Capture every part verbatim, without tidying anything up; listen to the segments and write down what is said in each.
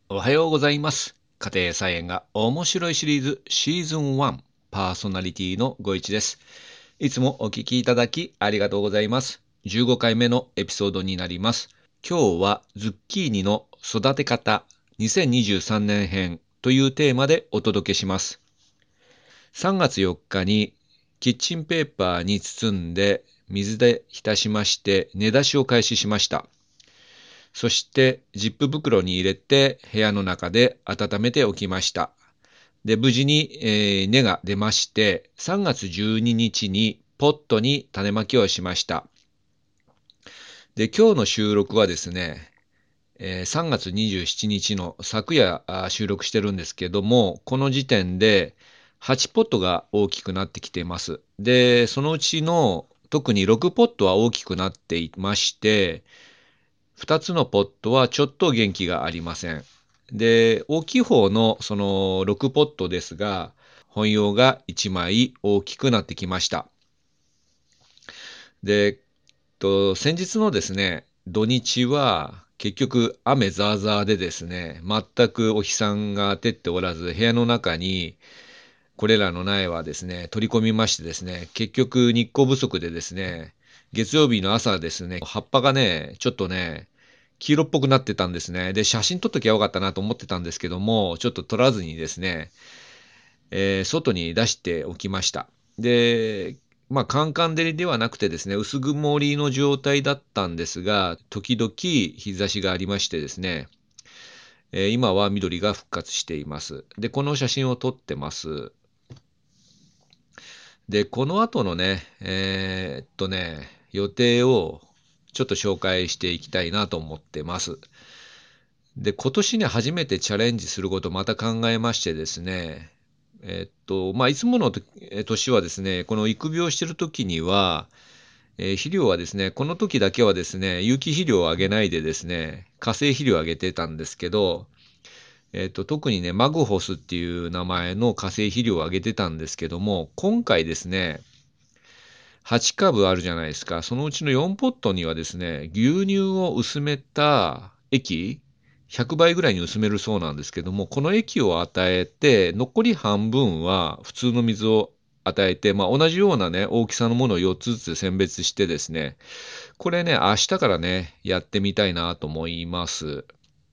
おはようございます。家庭菜園が面白いシリーズシーズンワンパーソナリティのごいちです。いつもお聞きいただきありがとうございます。じゅうごかいめのエピソードになります。今日はズッキーニの育て方にせんにじゅうさんねん編というテーマでお届けします。さんがつよっかにキッチンペーパーに包んで水で浸しまして根出しを開始しました。そしてジップ袋に入れて部屋の中で温めておきました。で、無事に、えー根が出まして、さんがつじゅうににちにポットに種まきをしました。で、今日の収録はですね、えーさんがつにじゅうしちにちの昨夜あ収録してるんですけども、この時点ではちポットが大きくなってきています。で、そのうちの特にろくポットは大きくなっていまして、ふたつのポットはちょっと元気がありません。で、大きい方のそのろくポットですが、本葉がいちまい大きくなってきました。で、と先日のですね、土日は結局雨ザーザーでですね、全くお日さんが照っておらず、部屋の中にこれらの苗はですね、取り込みましてですね、結局日光不足でですね、月曜日の朝ですね、葉っぱがね、ちょっとね、黄色っぽくなってたんですね。で、写真撮っときゃよかったなと思ってたんですけども、ちょっと撮らずにですね、えー外に出しておきました。で、まあ、カンカン照りではなくてですね、薄曇りの状態だったんですが、時々日差しがありましてですね、えー今は緑が復活しています。で、この写真を撮ってます。で、この後のね、えーっとね、予定をちょっと紹介していきたいなと思ってます。で、今年ね、初めてチャレンジすることをまた考えましてですね、えっと、まあ、いつものとえ年はですね、この育苗してる時には、えー肥料はですね、この時だけはですね、有機肥料をあげないでですね、化成肥料をあげてたんですけど、えっと、特にね、マグホスっていう名前の化成肥料をあげてたんですけども、今回ですね、はち株あるじゃないですか。そのうちのよんポットにはですね、牛乳を薄めた液、ひゃくばいぐらいに薄めるそうなんですけども、この液を与えて、残り半分は普通の水を与えて、まあ、同じようなね、大きさのものをよっつずつ選別してですね、これね、明日からね、やってみたいなと思います。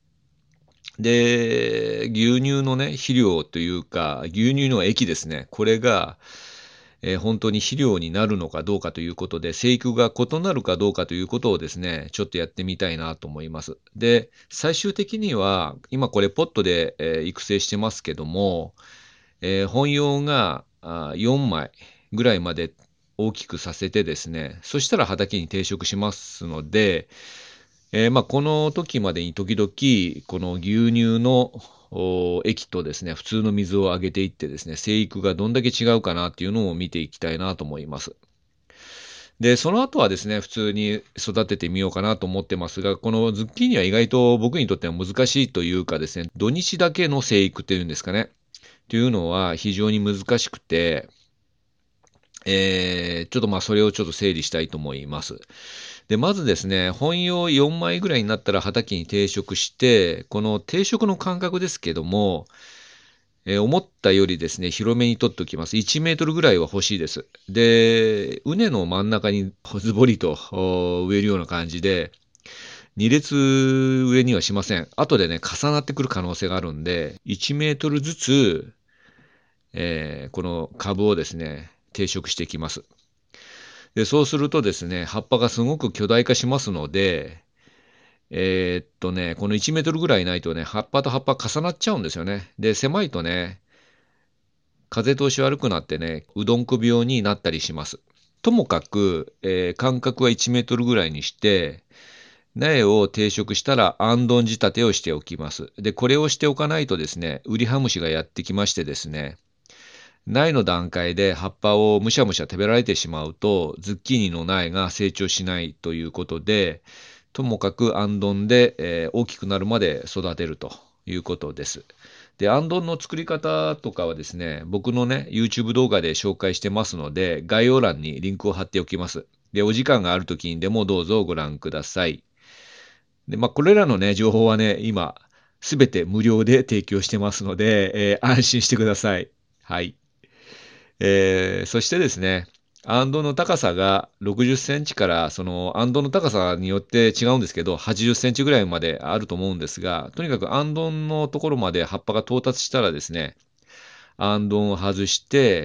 で、牛乳のね、肥料というか、牛乳の液ですね。これが、えー本当に肥料になるのかどうかということで、生育が異なるかどうかということをですね、ちょっとやってみたいなと思います。で、最終的には、今これポットで、えー育成してますけども、えー本葉があよんまいぐらいまで大きくさせてですね、そしたら畑に定食しますので、えーまあ、この時までに時々、この牛乳のお液とですね、普通の水をあげていってですね、生育がどんだけ違うかなっていうのを見ていきたいなと思います。で、その後はですね、普通に育ててみようかなと思ってますが、このズッキーニは意外と僕にとっては難しいというかですね、土日だけの生育っていうんですかね、というのは非常に難しくて、えー、ちょっとまあそれをちょっと整理したいと思います。で、まずですね、本葉よんまいぐらいになったら畑に定食して、この定食の間隔ですけども、えー思ったよりですね、広めに取っておきます。いちメートルぐらいは欲しいです。で、畝の真ん中にズボリとお植えるような感じで、に列植えにはしません。後でね、重なってくる可能性があるんで、いちメートルずつ、えーこの株をですね、定食していきます。で、そうするとですね、葉っぱがすごく巨大化しますので、えーっとね、このいちメートルぐらいないとね、葉っぱと葉っぱ重なっちゃうんですよね。で、狭いとね、風通し悪くなってね、うどんく病になったりします。ともかく、えー間隔はいちメートルぐらいにして、苗を定食したら、あんどん仕立てをしておきます。で、これをしておかないとですね、ウリハムシがやってきましてですね、苗の段階で葉っぱをむしゃむしゃ食べられてしまうと、ズッキーニの苗が成長しないということで、ともかくあんどんで、えー大きくなるまで育てるということです。で、あんどんの作り方とかはですね、僕のね、YouTube 動画で紹介してますので、概要欄にリンクを貼っておきます。で、お時間がある時にでもどうぞご覧ください。で、まあ、これらのね、情報はね、今、 すべて無料で提供してますので、えー安心してください。はい。えーそしてですね、アンドの高さがろくじゅっセンチから、そのアンドの高さによって違うんですけど、はちじゅっセンチぐらいまであると思うんですが、とにかくアンドンのところまで葉っぱが到達したらですね、アンドンを外して、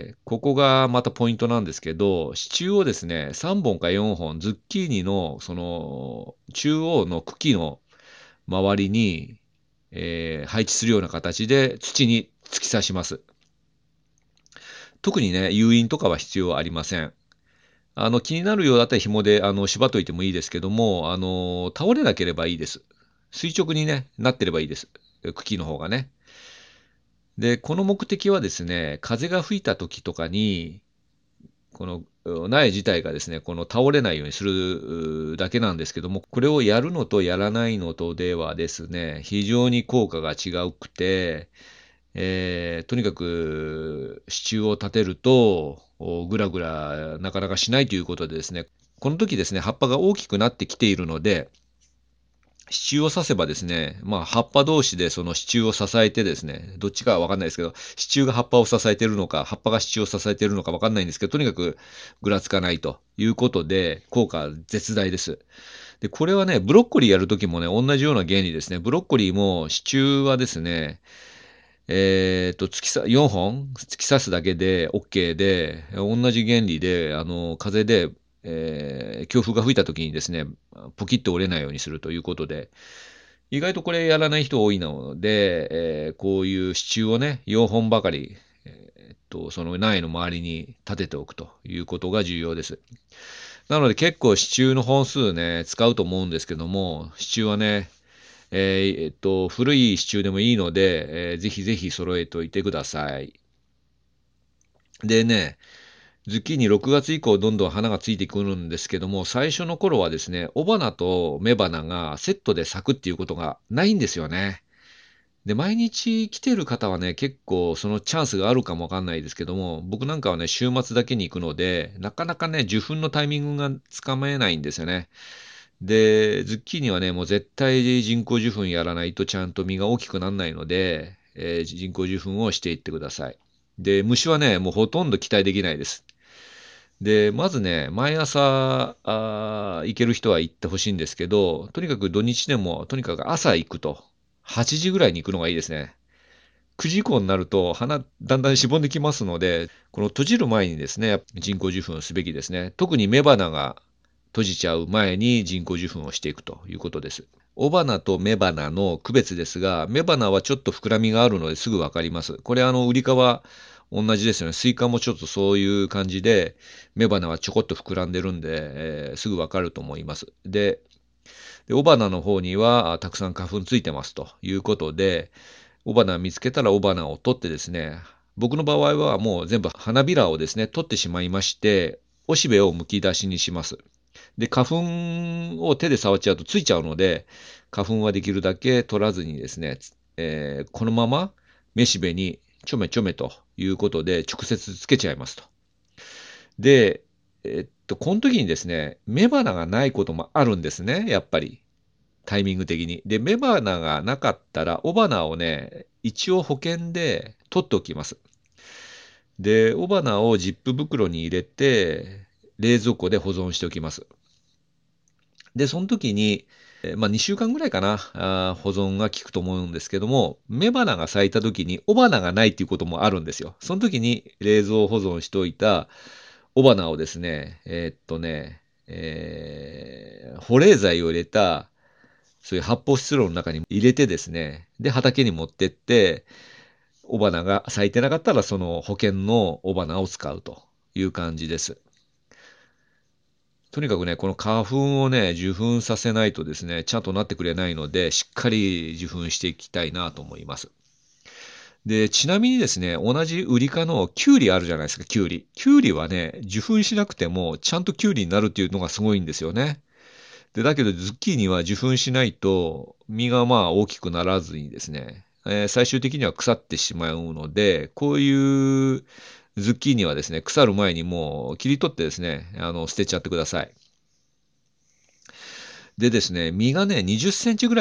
ここがまたポイントなんですけど、支柱をですね、さんぼんかよんほん、ズッキーニの、その、中央の茎の周りに、えー配置するような形で土に突き刺します。特にね、誘引とかは必要ありません。あの、気になるようだったら紐で、あの、縛っといてもいいですけども、あの、倒れなければいいです。垂直にね、なってればいいです。茎の方がね。で、この目的はですね、風が吹いた時とかに、この苗自体がですね、この倒れないようにするだけなんですけども、これをやるのとやらないのとではですね、非常に効果が違うくて、えーとにかく支柱を立てると、ぐらぐらなかなかしないということでですね、この時ですね、葉っぱが大きくなってきているので、支柱を刺せばですね、まあ葉っぱ同士でその支柱を支えてですね、どっちかはわかんないですけど、支柱が葉っぱを支えているのか、葉っぱが支柱を支えているのかわかんないんですけど、とにかくぐらつかないということで、効果絶大です。で、これはね、ブロッコリーやるときもね、同じような原理ですね。ブロッコリーも支柱はですね、えっと、突きさ、よんほん突き刺すだけで OK で、同じ原理で、あの、風で、えー強風が吹いた時にですね、ポキッと折れないようにするということで、意外とこれやらない人多いので、えーこういう支柱をね、よんほんばかり、えーっと、その苗の周りに立てておくということが重要です。なので結構支柱の本数ね、使うと思うんですけども、支柱はね、えーえっと、古い支柱でもいいので、えーぜひぜひ揃えておいてください。でね、ズッキーニろくがつ以降どんどん花がついてくるんですけども、最初の頃はですね、雄花と雌花がセットで咲くっていうことがないんですよね。で、毎日来てる方はね、結構そのチャンスがあるかもわかんないですけども、僕なんかはね、週末だけに行くので、なかなかね、受粉のタイミングがつかめないんですよね。で、ズッキーニはね、もう絶対人工授粉やらないとちゃんと実が大きくならないので、えー人工授粉をしていってください。で、虫はね、もうほとんど期待できないです。で、まずね、毎朝、あー行ける人は行ってほしいんですけど、とにかく土日でも、とにかく朝行くと。はちじぐらいに行くのがいいですね。くじ以降になると花だんだんしぼんできますので、この閉じる前にですね、人工授粉をすべきですね。特に雌花が閉じちゃう前に人工授粉をしていくということです。雄花と雌花の区別ですが、雌花はちょっと膨らみがあるのですぐわかります。これあの、売り科は同じですよね。スイカもちょっとそういう感じで、雌花はちょこっと膨らんでるんで、えーすぐわかると思います。で、で雄花の方にはあたくさん花粉ついてますということで、雄花見つけたら雄花を取ってですね、僕の場合はもう全部花びらをですね、取ってしまいまして、おしべを剥き出しにします。で、花粉を手で触っちゃうとついちゃうので、花粉はできるだけ取らずにですね、えーこのままめしべにちょめちょめということで直接つけちゃいますと。で、えっと、この時にですね、雌花がないこともあるんですね、やっぱり。タイミング的に。で、雌花がなかったら、雄花をね、一応保険で取っておきます。で、雄花をジップ袋に入れて、冷蔵庫で保存しておきます。で、その時に、えーまあ、にしゅうかんぐらいかな、あー保存が効くと思うんですけども、雌花が咲いた時に雄花がないっていうこともあるんですよ。その時に冷蔵保存しておいた雄花をですね、えーっとね、えー保冷剤を入れた、そういう発泡スチロールの中に入れてですね、で、畑に持ってって、雄花が咲いてなかったら、その保険の雄花を使うという感じです。とにかくね、この花粉をね、受粉させないとですね、ちゃんとなってくれないので、しっかり受粉していきたいなと思います。で、ちなみにですね、同じウリ科のキュウリあるじゃないですか、キュウリ。キュウリはね、受粉しなくても、ちゃんとキュウリになるっていうのがすごいんですよね。で、だけど、ズッキーニは受粉しないと、実がまあ大きくならずにですね、えー最終的には腐ってしまうので、こういうズッキーニはですね、腐る前にもう切り取ってですね、あの、捨てちゃってください。でですね、実がね、にじゅっセンチぐらい。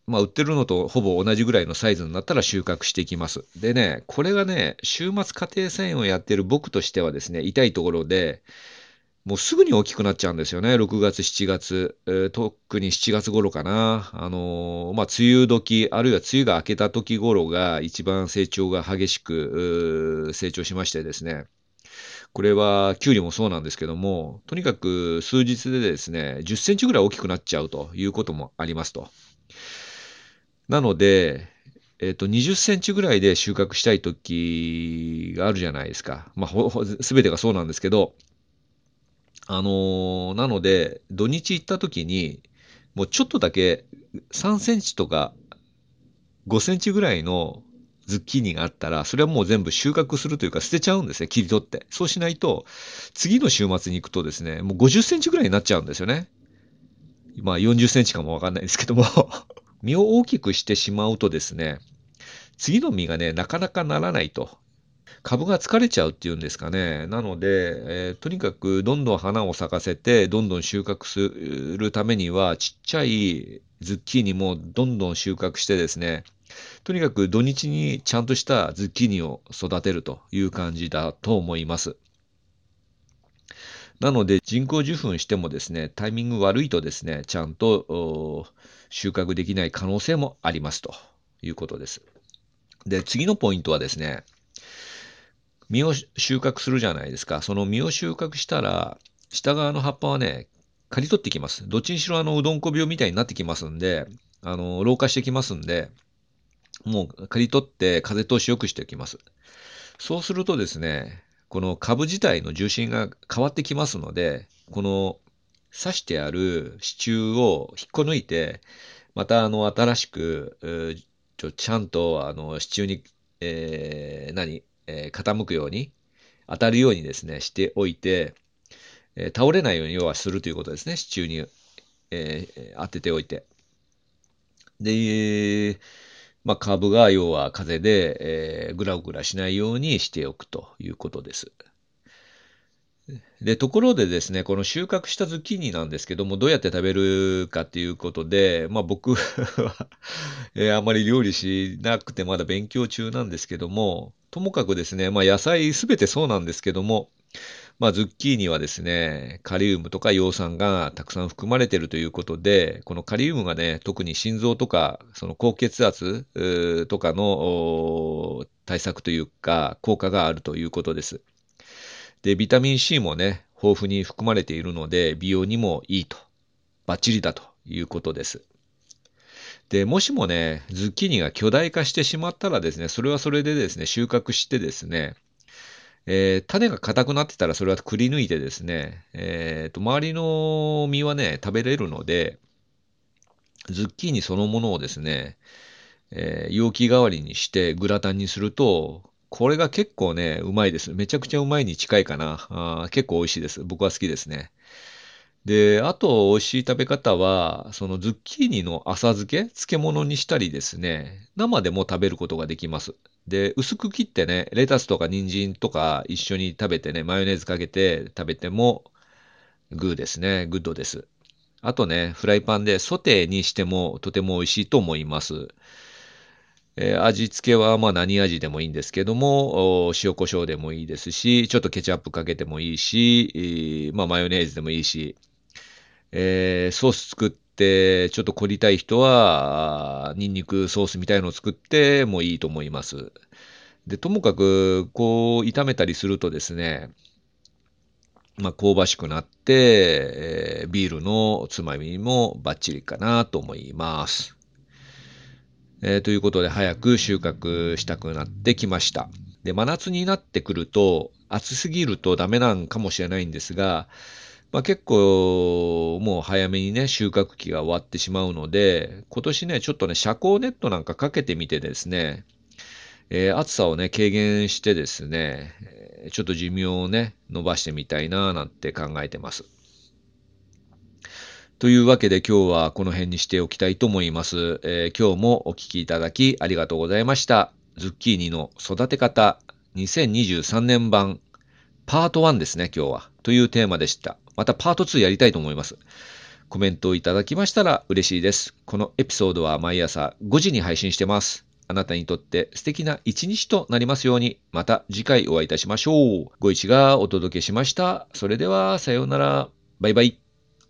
まあ、売ってるのとほぼ同じぐらいのサイズになったら収穫していきます。でね、これがね、週末家庭菜園をやっている僕としてはですね、痛いところで、もうすぐに大きくなっちゃうんですよね。ろくがつ、しちがつ、えー特にしちがつ頃かな。あのーまあ、梅雨時、あるいは梅雨が明けた時頃が一番成長が激しく、うー成長しましてですね。これは、キュウリもそうなんですけども、とにかく数日でですね、じゅっセンチぐらい大きくなっちゃうということもありますと。なので、えっと、にじゅっセンチぐらいで収穫したい時があるじゃないですか。まあ、すべてがそうなんですけど、あのーなので、土日行った時に、もうちょっとだけさんセンチとかごセンチぐらいのズッキーニがあったら、それはもう全部収穫するというか捨てちゃうんですね、切り取って。そうしないと、次の週末に行くとですね、もうごじゅっセンチぐらいになっちゃうんですよね。まあよんじゅっセンチかもわかんないですけども実を大きくしてしまうとですね、次の実がね、なかなかならないと。株が疲れちゃうっていうんですかね。なので、えーとにかくどんどん花を咲かせて、どんどん収穫するためには、ちっちゃいズッキーニもどんどん収穫してですね、とにかく土日にちゃんとしたズッキーニを育てるという感じだと思います。なので、人工授粉してもですね、タイミング悪いとですね、ちゃんと収穫できない可能性もありますということです。で、次のポイントはですね、実を収穫するじゃないですか。その実を収穫したら、下側の葉っぱはね、刈り取ってきます。どっちにしろあの、うどんこ病みたいになってきますんで、あの、老化してきますんで、もう刈り取って風通しよくしておきます。そうするとですね、この株自体の重心が変わってきますので、この刺してある支柱を引っこ抜いて、またあの新しく、えーちょちゃんとあの支柱に、えー何、えー傾くように、当たるようにですね、しておいて、えー倒れないように要はするということですね、支柱に、えー当てておいて。で、まあ、株が要は風で、えーぐらぐらしないようにしておくということです。で、ところでですね、この収穫したズッキーニなんですけども、どうやって食べるかっていうことで、まあ僕はえーあまり料理しなくてまだ勉強中なんですけども、ともかくですね、まあ野菜すべてそうなんですけども、まあズッキーニはですね、カリウムとか葉酸がたくさん含まれているということで、このカリウムがね、特に心臓とか、その高血圧うーとかのお対策というか、効果があるということです。で、ビタミン C もね、豊富に含まれているので、美容にもいいと、バッチリだということです。で、もしもね、ズッキーニが巨大化してしまったらですね、それはそれでですね、収穫してですね、えー種が硬くなってたらそれはくり抜いてですね、えーと、周りの実はね、食べれるので、ズッキーニそのものをですね、えー容器代わりにしてグラタンにすると、これが結構ね、うまいです。めちゃくちゃうまいに近いかな。あー結構美味しいです。僕は好きですね。で、あと美味しい食べ方は、そのズッキーニの浅漬け、漬物にしたりですね、生でも食べることができます。で、薄く切ってね、レタスとか人参とか一緒に食べてね、マヨネーズかけて食べてもグーですね。グッドです。あとね、フライパンでソテーにしてもとても美味しいと思います。えー味付けはまあ何味でもいいんですけども、お塩コショウでもいいですし、ちょっとケチャップかけてもいいし、えーまあマヨネーズでもいいし、えーソース作って、ちょっと凝りたい人は、あーニンニクソースみたいのを作ってもいいと思います。で、ともかく、こう、炒めたりするとですね、まあ、香ばしくなって、えービールのおつまみもバッチリかなと思います。えーということで、早く収穫したくなってきました。で、真夏になってくると、暑すぎるとダメなんかもしれないんですが、まあ、結構もう早めにね、収穫期が終わってしまうので、今年ね、ちょっとね、遮光ネットなんかかけてみてですね、えー暑さをね、軽減してですね、えーちょっと寿命をね、伸ばしてみたいななんて考えてます。というわけで今日はこの辺にしておきたいと思います。えー今日もお聞きいただきありがとうございました。ズッキーニの育て方にせんにじゅうさんねん版パートワンですね、今日は。というテーマでした。またパートツーやりたいと思います。 コメントをいただきましたら嬉しいです。このエピソードは毎朝ごじに配信してます。あなたにとって素敵な一日となりますように、また次回お会いいたしましょう。ご一がお届けしました。それでは、さようなら。バイバイ。